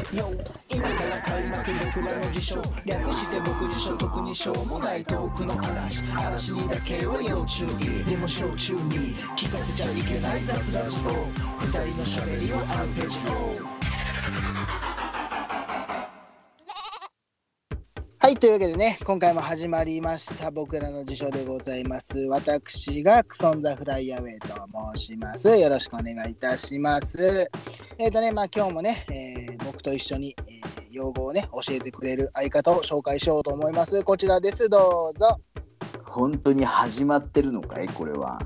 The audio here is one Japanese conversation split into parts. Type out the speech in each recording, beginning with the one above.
Yo 今から開幕僕らの辞書略して僕辞書特にしょうもない遠くの話嵐にだけは要注意でも小中に聞かせちゃいけない雑ラジオ二人のしゃべりをアンページはい、というわけでね、今回も始まりました僕らの辞書でございます。私がクソンザフライアウェイと申します。よろしくお願いいたします。今日もね、僕と一緒に、用語をね教えてくれる相方を紹介しようと思います。こちらです、どうぞ。 本当に始まってるのかいこれは、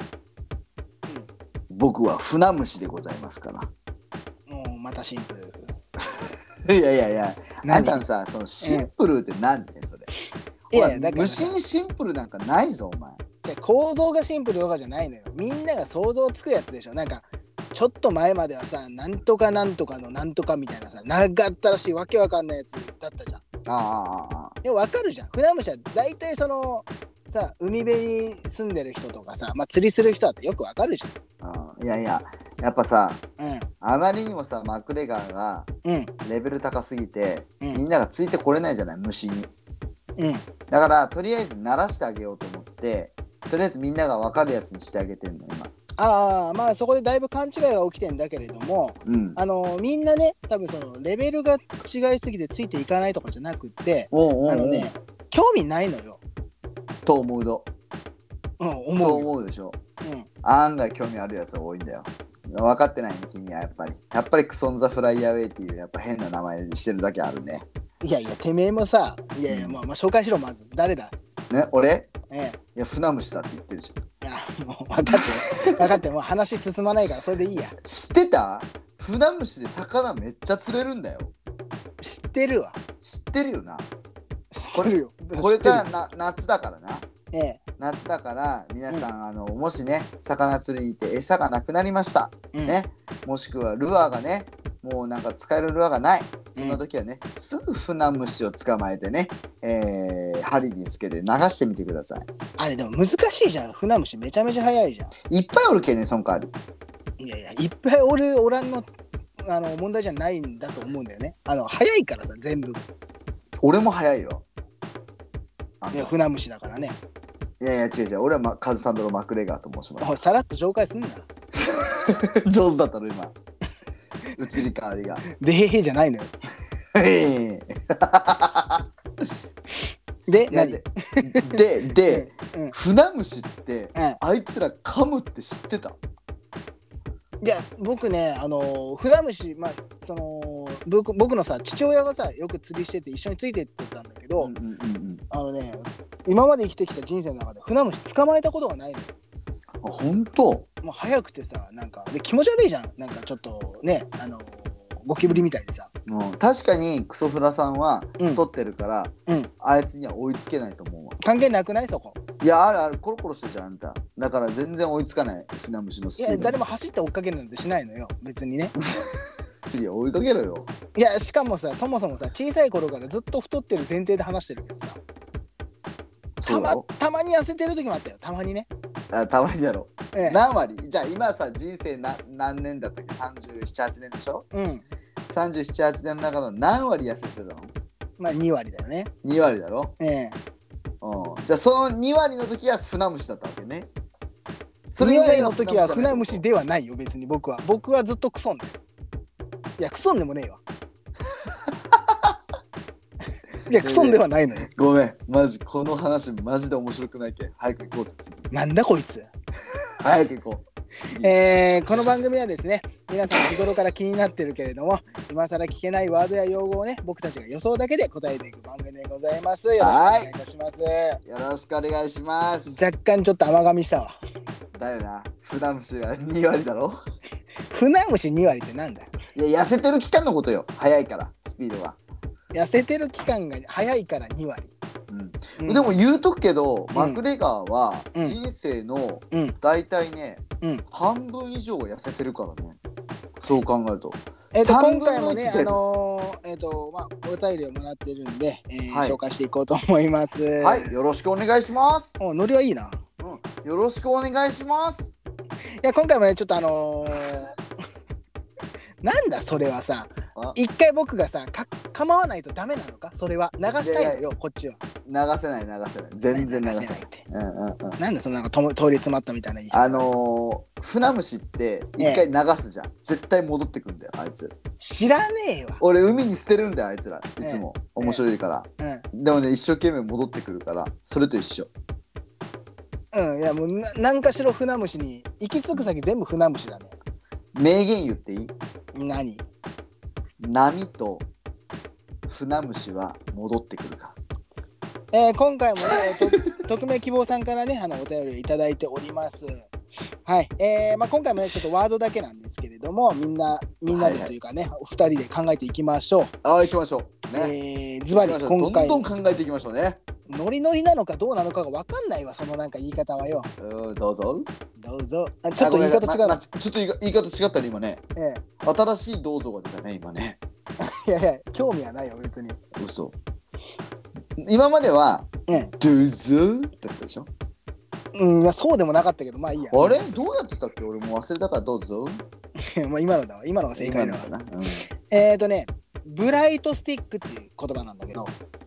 僕は船虫でございますから。 もうまたシンプル。 いやあんたのさ、そのシンプルって何ね、それ。いやだから虫にシンプルなんかないぞお前。 じゃ構造がシンプルとかじゃないのよ。みんなが想像つくやつでしょ。なんかちょっと前まではさ、なんとかなんとかのなんとかみたいなさ、長ったらしいわけわかんないやつだったじゃん。でもわかるじゃん。船虫は大体そのさ、海辺に住んでる人とかさ、釣りする人だってよくわかるじゃん。 いややっぱさ、あまりにもさマクレガーがレベル高すぎて、みんながついてこれないじゃない、虫に。だからとりあえず慣らしてあげようと思って、とりあえずみんなが分かるやつにしてあげてんの今。 そこでだいぶ勘違いが起きてんだけれども、みんなね、多分そのレベルが違いすぎてついていかないとかじゃなくって興味ないのよと思うと思うでしょ。案外興味あるやつが多いんだよ。分かってないね君は。やっぱりクソンザフライヤーウェイっていうやっぱ変な名前にしてるだけあるね。 いやてめえもさ、紹介しろ。まず誰だね、俺いや船虫だって言ってるじゃん。 いやもう分かってもう話進まないからそれでいいや。 知ってた？船虫で魚めっちゃ釣れるんだよ。 知ってるわ。 知ってるよな。 知ってるよ。 これから夏だからな。夏だから皆さん、もしね魚釣りに行って餌がなくなりました、ね、もしくはルアーがねもうなんか使えるルアーがない、そんな時はね、すぐ船虫を捕まえてね、針につけて流してみてください。 あれでも難しいじゃん。船虫めちゃめちゃ早いじゃん。 いっぱいおるけね、そん代わり。 いやいっぱいおらんの問題じゃないんだと思うんだよね。早いからさ全部。 俺も早いよ。 いや船虫だからね。 いや違う俺は、カズサンドロ・マクレガーと申します。 さらっと紹介すんな。 上手だったの今。移り変わりが。 でへへじゃないのよ。で船虫って、あいつら噛むって知ってた？ いや僕ね船虫僕のさ父親がさよく釣りしてて一緒についてってたんだけど、今まで生きてきた人生の中で船虫捕まえたことがないのよ。 本当？ もう早くてさ、なんかで気持ち悪いじゃん。なんかちょっとねゴキブリみたいでさ。 確かにクソフラさんは太ってるから、あいつには追いつけないと思うわ。 関係なくないそこ？ いやあるコロコロしてるじゃんあんた。だから全然追いつかない船虫のスピード。 いや誰も走って追っかけるなんてしないのよ別にね。 いや追いかけろよ。 いやしかもさ、そもそもさ小さい頃からずっと太ってる前提で話してるけどさ、たまに痩せてる時もあったよ。たまにね。 たまにだろ。何割？じゃあ今さ人生何年だったっけ？37、8年でしょ？37、8年の中の何割痩せてたの ？2割だよね。 2割だろ。じゃあその2割の時は船虫だったわけね。 それ2割の時は船虫ではないよ別に。僕はずっとクソンだよ。いやクソンでもねえわ。いやクソンではないのよ。 ごめんマジこの話マジで面白くないけん早く行こうぜ。 なんだこいつ。 早く行こう。 この番組はですね、皆さん日頃から気になってるけれども今更聞けないワードや用語をね僕たちが予想だけで答えていく番組でございます。よろしくお願いいたします。 よろしくお願いします。 若干ちょっと甘噛みしたわ。 だよな。船虫が2割だろ。 船虫2割ってなんだよ。 いや痩せてる期間のことよ。早いからスピードが。 痩せてる期間が早いから2割。 でも言うとくけど、マクレガーは人生の大体ね、半分以上痩せてるからね。そう考えると。 今回もねお便りをもらってるんで、紹介していこうと思います。 はい、よろしくお願いします。 ノリはいいな。 よろしくお願いします。 いや今回もねちょっとなんだそれはさ、 一回僕がさ構わないとダメなのか、それは流したいのよ。こっちは流せない全然流せないって。 なんでそんな通り詰まったみたいな言い方。船虫って一回流すじゃん、絶対戻ってくんだよあいつ。 知らねえわ。 俺海に捨てるんだよあいつらいつも、面白いから、でもね一生懸命戻ってくるから、それと一緒。 いやもう何かしろ船虫に行き着く先全部船虫だね。 名言言っていい？ 何？ 波と船虫は戻ってくるか。 今回もね匿名希望さんからねお便りをいただいております。はい、今回もねちょっとワードだけなんですけれども、みんなでというかね、2人で考えていきましょう。 行きましょうね。ズバリ今回どんどん考えていきましょうね。 ノリノリなのかどうなのかが分かんないわ、そのなんか言い方はよ。 どうぞ。 ちょっと言い方違う。 ちょっと言い方違ったら今ね。新しいどうぞが出たね今ね。 いや興味はないよ別に。 嘘。今まではどうぞだったでしょ。 そうでもなかったけど、まあいいや。 あれどうやってたっけ、俺も忘れたからどうぞ。 もう今のだわ、今のが正解だわ。ブライトスティックっていう言葉なんだけど。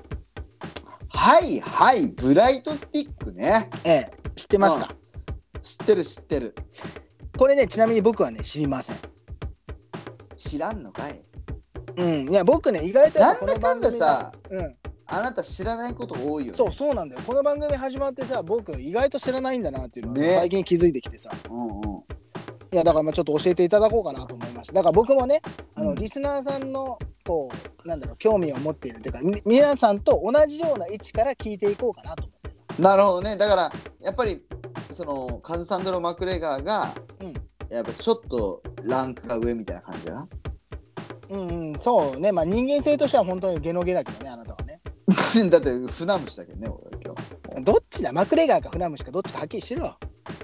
はいブライトスティックね。 知ってますか？ 知ってる。 これね、ちなみに僕はね知りません。 知らんのかい？ いや僕ね意外となんだかんださ、あなた知らないこと多いよね。 そうなんだよ。この番組始まってさ、僕意外と知らないんだなっていうのを最近気づいてきてさ。いやだからちょっと教えていただこうかなと思いました。だから僕もね、リスナーさんのこうなんだろう、興味を持っているというか、皆さんと同じような位置から聞いていこうかなと思ってさ。 なるほどね。だからやっぱりそのカズサンドロ・マクレガーが、やっぱちょっとランクが上みたいな感じだな。 そうね。まあ人間性としては本当にゲノゲだけどね、あなたはね。 だって船虫だけどね、俺今日。どっちだ、マクレガーか船虫かどっちかはっきりしろ。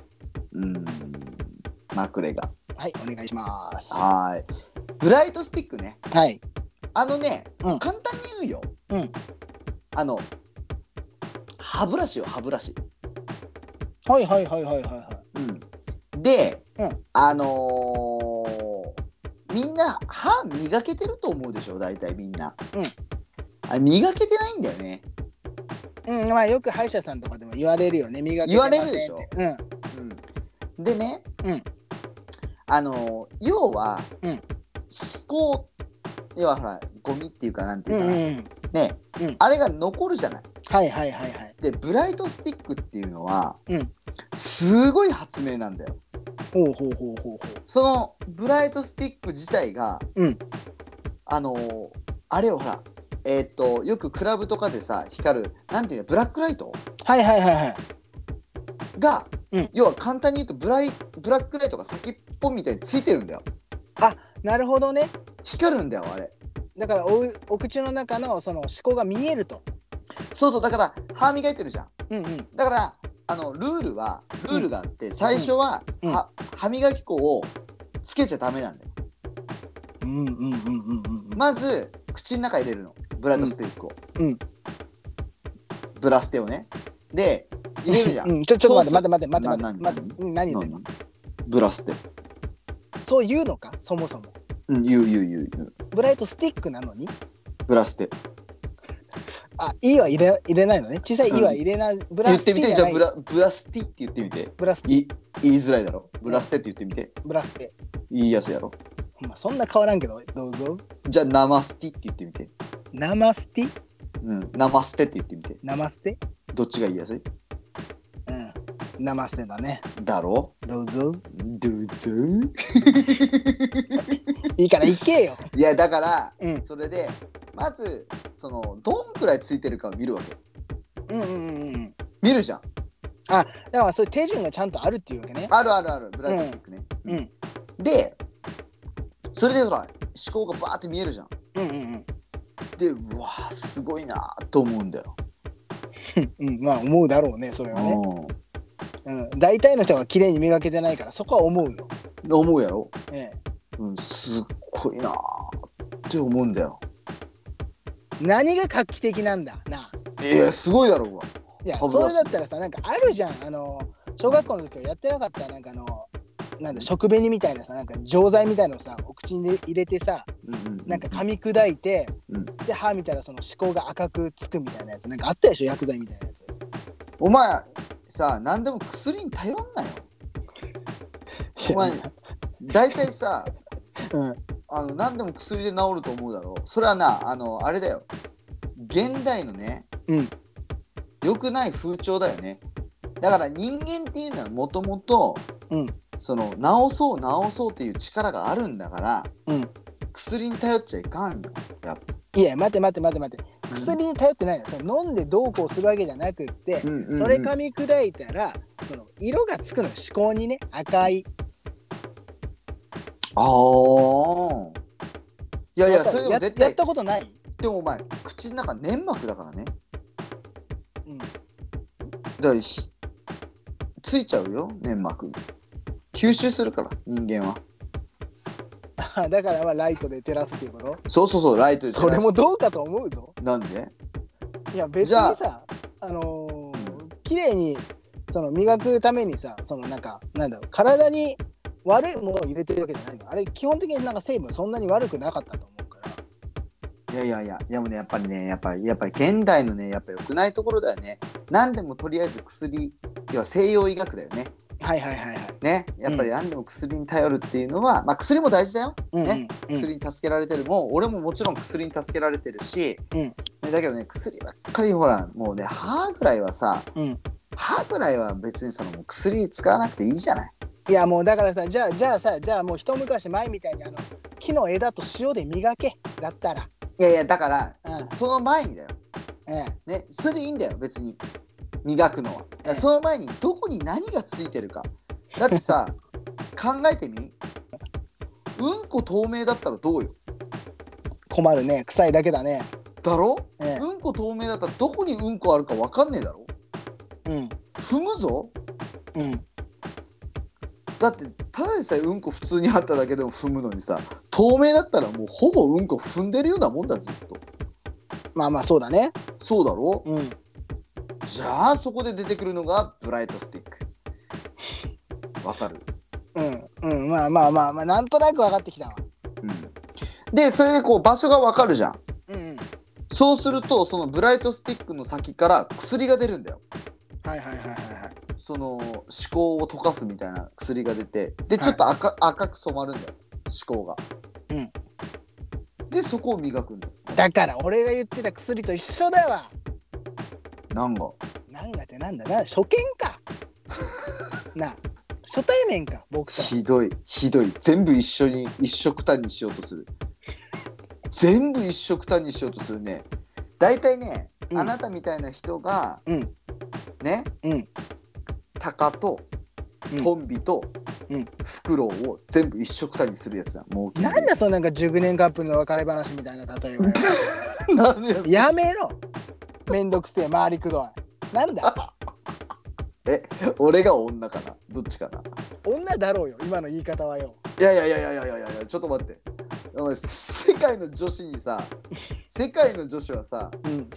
マクレガー。はい、お願いします。 はい。ブライトスティックね。 はい。 簡単に言うよ。歯ブラシよ、歯ブラシ。 はい。 で、みんな歯磨けてると思うでしょ、大体みんな。磨けてないんだよね。 まあよく歯医者さんとかでも言われるよね、磨けてませんって。言われるでしょ。 でね、要は、思考、要はほらゴミっていうかなんていうかね、あれが残るじゃない。 はい。 でブライトスティックっていうのは、すごい発明なんだよ。そのブライトスティック自体が、あれをほらよくクラブとかでさ光るなんていうの、ブラックライトが、要は簡単に言うとブラックライトが先っぽみたいについてるんだよ。 あ、なるほどね。 光るんだよあれ。 だからお口の中のその歯垢が見えると。 そうだから歯磨いてるじゃん。だからルールがあって、最初は、歯磨き粉をつけちゃダメなんだよ。まず口の中入れるの、ブライトスティックを。ブラステをね。で入れるじゃん。 ちょっと待って。何言ってんの？ ブラステ。 そう言うのか、そもそも。 言う。 ブライトスティックなのにブラステ。 いは入れないのね。小さいいは入れない。 ブラステ言ってみて。じゃあブラステって言ってみて。 ブラステ。 言いづらいだろ。ブラステって言ってみて。 ブラステ。 言いやすいやろ。 そんな変わらんけど、どうぞ。 じゃあナマステって言ってみて。 ナマステ？ ナマステって言ってみて。 ナマステ？ どっちが言いやすい？ ナマステだね。 だろ？ どうぞ。いいから行けよ。 いやだから、それでまずそのどんくらいついてるかを見るわけ。見るじゃん。 だからそういう手順がちゃんとあるっていうわけね。 あるブライトスティックね。でそれでほら歯垢がバーって見えるじゃん。でうわーすごいなと思うんだよ。 まあ思うだろうね、それはね。大体の人が綺麗に磨けてないからそこは思うよ。 思うやろ。すっごいなって思うんだよ。 何が画期的なんだな。 すごいだろうわ。 いやそれだったらさ、なんかあるじゃん。小学校の時はやってなかった、なんかなんだ食紅みたいなさ、なんか錠剤みたいなのをさお口に入れてさ、なんか噛み砕いて、で歯見たらその歯垢が赤くつくみたいなやつなんかあったでしょ、薬剤みたいなやつ。 お前さ、何でも薬に頼んなよ。お前大体さ、何でも薬で治ると思うだろう。それはな、あれだよ、現代のね、良くない風潮だよね。だから人間っていうのはもともとその治そうっていう力があるんだから、薬に頼っちゃいかんよ。 いや待て、薬に頼ってないの。それ飲んでどうこうするわけじゃなくって、それ噛み砕いたらその色がつくのよ、歯垢にね、赤い。いやそれでも絶対やったことない。 でもお前口の中粘膜だからね。だからついちゃうよ、粘膜吸収するから人間は。 だからまあライトで照らすっていうこと。 そうライトで照らす。 それもどうかと思うぞ。 なんで？ いや別にさ、綺麗にその磨くためにさ、そのなんだろう、体に悪いものを入れてるわけじゃないの。あれ基本的になんか成分そんなに悪くなかったと思うから。 いやでもね、やっぱり現代のね、やっぱ良くないところだよね。何でもとりあえず薬、要は西洋医学だよね。ね、やっぱり何でも薬に頼るっていうのは、まあ薬も大事だよ、薬に助けられてる。もう俺ももちろん薬に助けられてるし、だけどね、薬ばっかりほら、もうね、歯ぐらいはさ、歯ぐらいは別にそのもう薬使わなくていいじゃない。 いやもうだからさ、じゃあもう一昔前みたいに木の枝と塩で磨けだったら。 いやだから、その前にだよ、ね、それでいいんだよ別に磨くのは。その前にどこに何がついてるか。だってさ考えてみ、うんこ透明だったらどうよ。 困るね、臭いだけだね。 だろ、うんこ透明だったらどこにうんこあるか分かんねえだろ。踏むぞ。だってただでさえうんこ普通にあっただけでも踏むのにさ、透明だったらもうほぼうんこ踏んでるようなもんだ、ずっと。 まあそうだね。 そうだろ。じゃあそこで出てくるのがブライトスティック。わかる？ まあなんとなく分かってきたわ。 でそれでこう場所が分かるじゃん。そうするとそのブライトスティックの先から薬が出るんだよ。その歯垢を溶かすみたいな薬が出て、でちょっと赤く染まるんだよ、歯垢が。でそこを磨くんだよ。 だから俺が言ってた薬と一緒だわ。なんがってなんだな、初見かな、初対面か僕と。 ひどい全部一緒くたにしようとする。全部一緒くたにしようとするね。だいたいね、あなたみたいな人がね、タカとトンビとフクロウを全部一緒くたにするやつだ。もうなんだそのなんか熟年カップルの別れ話みたいな例えばよやめろ、めんどくせえ回りくどい。なんだ俺が女かな、どっちかな。 女だろうよ今の言い方はよ。 いやちょっと待って、お前世界の女子はさ、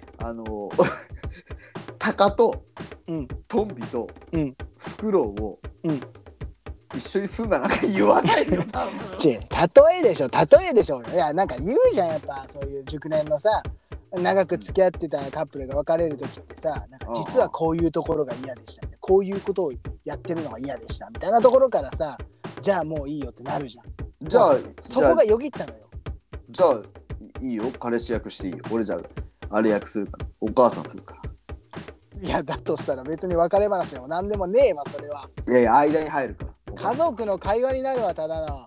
タカとトンビとフクロウを一緒にすんだなんか言わないよ多分。 例えでしょ。いやなんか言うじゃん、やっぱそういう熟年のさ長く付き合ってたカップルが別れる時ってさ、なんか実はこういうところが嫌でしたね、こういうことをやってるのが嫌でしたみたいなところからさ、じゃあもういいよってなるじゃん。 じゃあそこがよぎったのよ。 じゃあいいよ、彼氏役していいよ。俺じゃああれ役するから、お母さんするから。 いやだとしたら別に別れ話でも何でもねえわそれは。 いや間に入るから。 家族の会話になるわ、ただのなん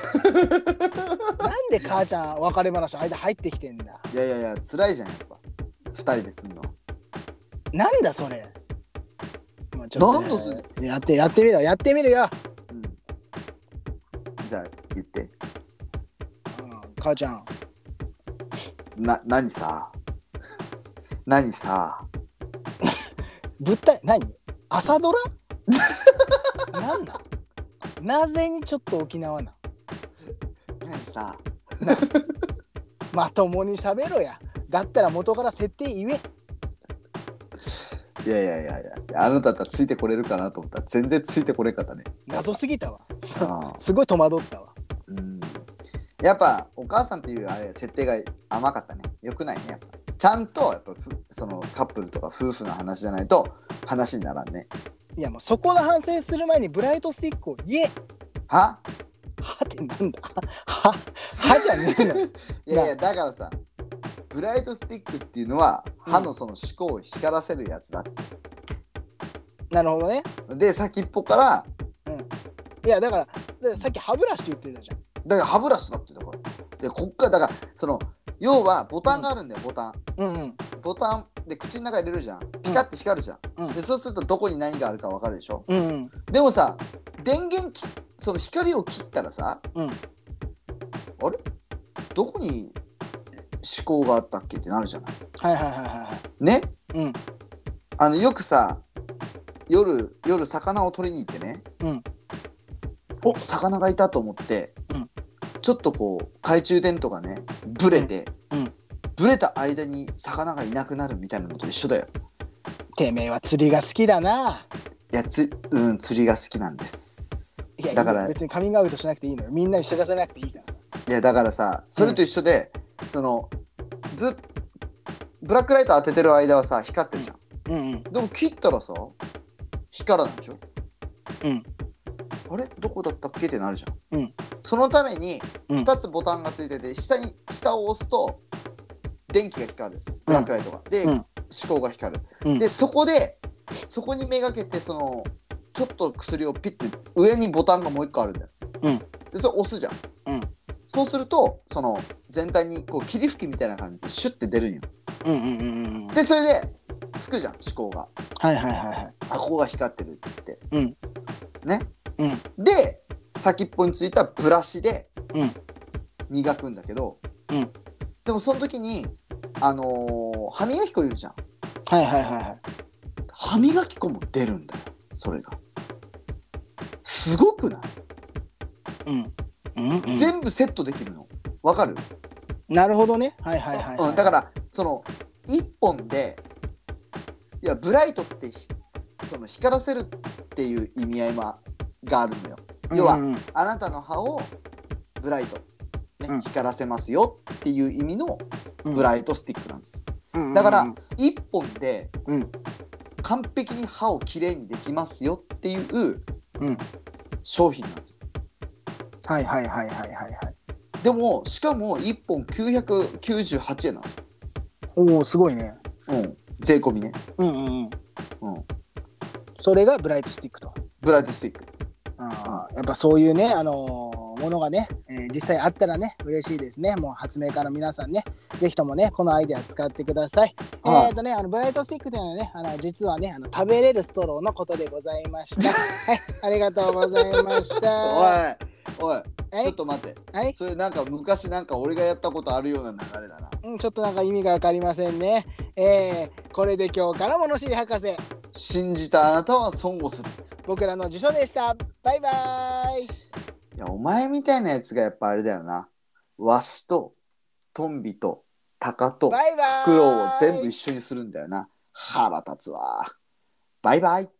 で母ちゃん別れ話間入ってきてんだ。 いや辛いじゃんやっぱ2人ですんの。 なんだそれ。ちょっと、ね、何のする。やってみるよ。 じゃあ言って。 母ちゃん。 何さ物体何？朝ドラ？なんだ？なぜにちょっと沖縄な。 何さ。 まともに喋ろや。だったら元から設定言え。 いやあなただったらついてこれるかなと思ったら全然ついてこれんかったね。 謎すぎたわ。 すごい戸惑ったわ。 やっぱお母さんっていうあれ設定が甘かったね。よくないね。やっぱちゃんとやっぱそのカップルとか夫婦の話じゃないと話にならんね。 いやもうそこの反省する前にブライトスティックを言え。 はってなんだはじゃねえの。 いやいやだからさ、ブライトスティックっていうのは歯のその思考を光らせるやつだって。 なるほどね。 で先っぽから、 いやだからさっき歯ブラシって言ってたじゃん。 だから歯ブラシだって。だからでこっからだからその要はボタンがあるんだよ、ボタン。ボタンで口の中入れるじゃん。ピカって光るじゃん。でそうするとどこに何があるか分かるでしょ。でもさ電源その光を切ったらさ、あれどこに思考があったっけってなるじゃない。ね。よくさ夜魚を取りに行ってね、お魚がいたと思って、ちょっとこう懐中電灯がねブレて、ブレた間に魚がいなくなるみたいなのと一緒だよ。 てめえは釣りが好きだな。 いや釣りが好きなんです。 いやだから別にカミングアウトしなくていいのよ。みんなに知らせなくていいから。 いやだからさそれと一緒で、そのブラックライト当ててる間はさ光ってるじゃん。でも切ったらさ光らないでしょ。あれどこだったっけってなるじゃん。そのために2つボタンがついてて、下を押すと電気が光る、ブラックライトが。で、思考が光る。でそこにめがけてそのちょっと薬をピッて上にボタンがもう1個あるんだよ。でそれ押すじゃん。そうするとその全体にこう霧吹きみたいな感じでシュッて出るんよ。でそれでつくじゃん思考が。あここが光ってるっつって。ね。で先っぽについたブラシで磨くんだけど、でもその時に歯磨き粉いるじゃん。歯磨き粉も出るんだよ。それがすごくない？全部セットできるのわかる？ なるほどね。 だからその1本でいやブライトってその光らせるっていう意味合いがあるんだよ。要は、あなたの歯をブライト、ね光らせますよっていう意味のブライトスティックなんです。だから1本で完璧に歯をきれいにできますよっていう商品なんですよ。でもしかも1本998円なんですよ。 おおすごいね。 税込みね。 それがブライトスティックと。 ブライトスティック。 やっぱそういうねものがね、実際あったらね嬉しいですね。もう発明家の皆さんねぜひともねこのアイデア使ってください。ブライトスティックというのはね実はね食べれるストローのことでございました。はいありがとうございました。 おいちょっと待って。それなんか昔なんか俺がやったことあるような流れだな。 ちょっとなんか意味が分かりませんね。これで今日から物知り博士。 信じたあなたは損をする。 僕らの受賞でした。バイバーイ。 いやお前みたいなやつがやっぱあれだよな。ワシとトンビとタカとフクロウを全部一緒にするんだよな。腹立つわ。バイバイ。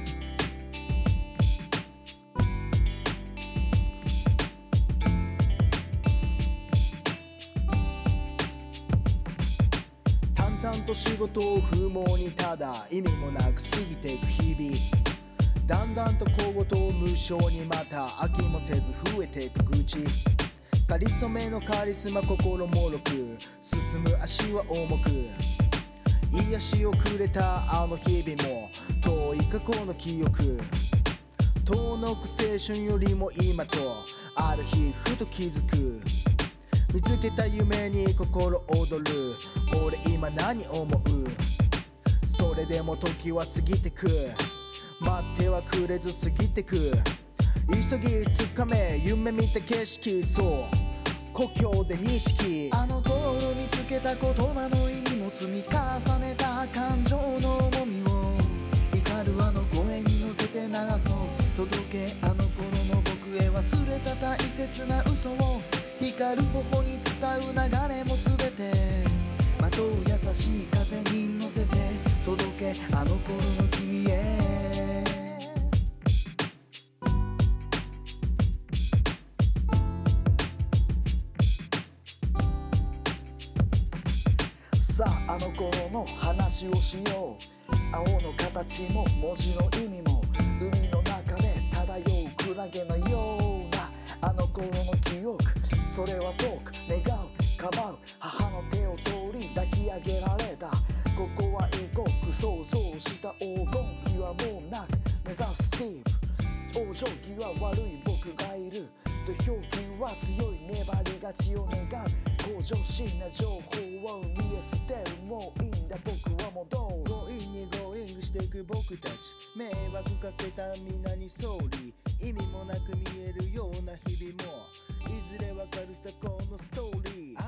淡々と仕事を不毛にただ意味もなく過ぎていく日々。だんだんと小言を無償にまた飽きもせず増えていく愚痴。かりそめのカリスマ心もろく進む足は重く癒しをくれたあの日々も遠い過去の記憶遠のく青春よりも今とある日ふと気づく見つけた夢に心躍る俺今何思うそれでも時は過ぎてく待ってはくれず過ぎてく急ぎつかめ夢見た景色そう故郷で認識あの頃見つけた言葉の意味も積み重ねた感情の重みを光るあの声に乗せて流そう届けあの頃の僕へ忘れた大切な嘘を光る頬に伝う流れも全てまとう優しい風に乗せて届けあの頃の君へさあの頃の話をしよう。青の形も文字の意味も海の中で漂うクラゲのようなあの頃の記憶、それは遠く願うかばう母の手を通り抱き上げられた。ここは異国想像した黄金比はもうなく目指すスティーブ往生際悪い僕がいる。土俵際は強い粘り勝ちを願う。向上心な情報を見え捨てる。もういいんだ僕は戻る。 強引にゴーイングしていく僕たち、迷惑かけた皆にソーリー。意味もなく見えるような日々もいずれわかるさこのストーリー。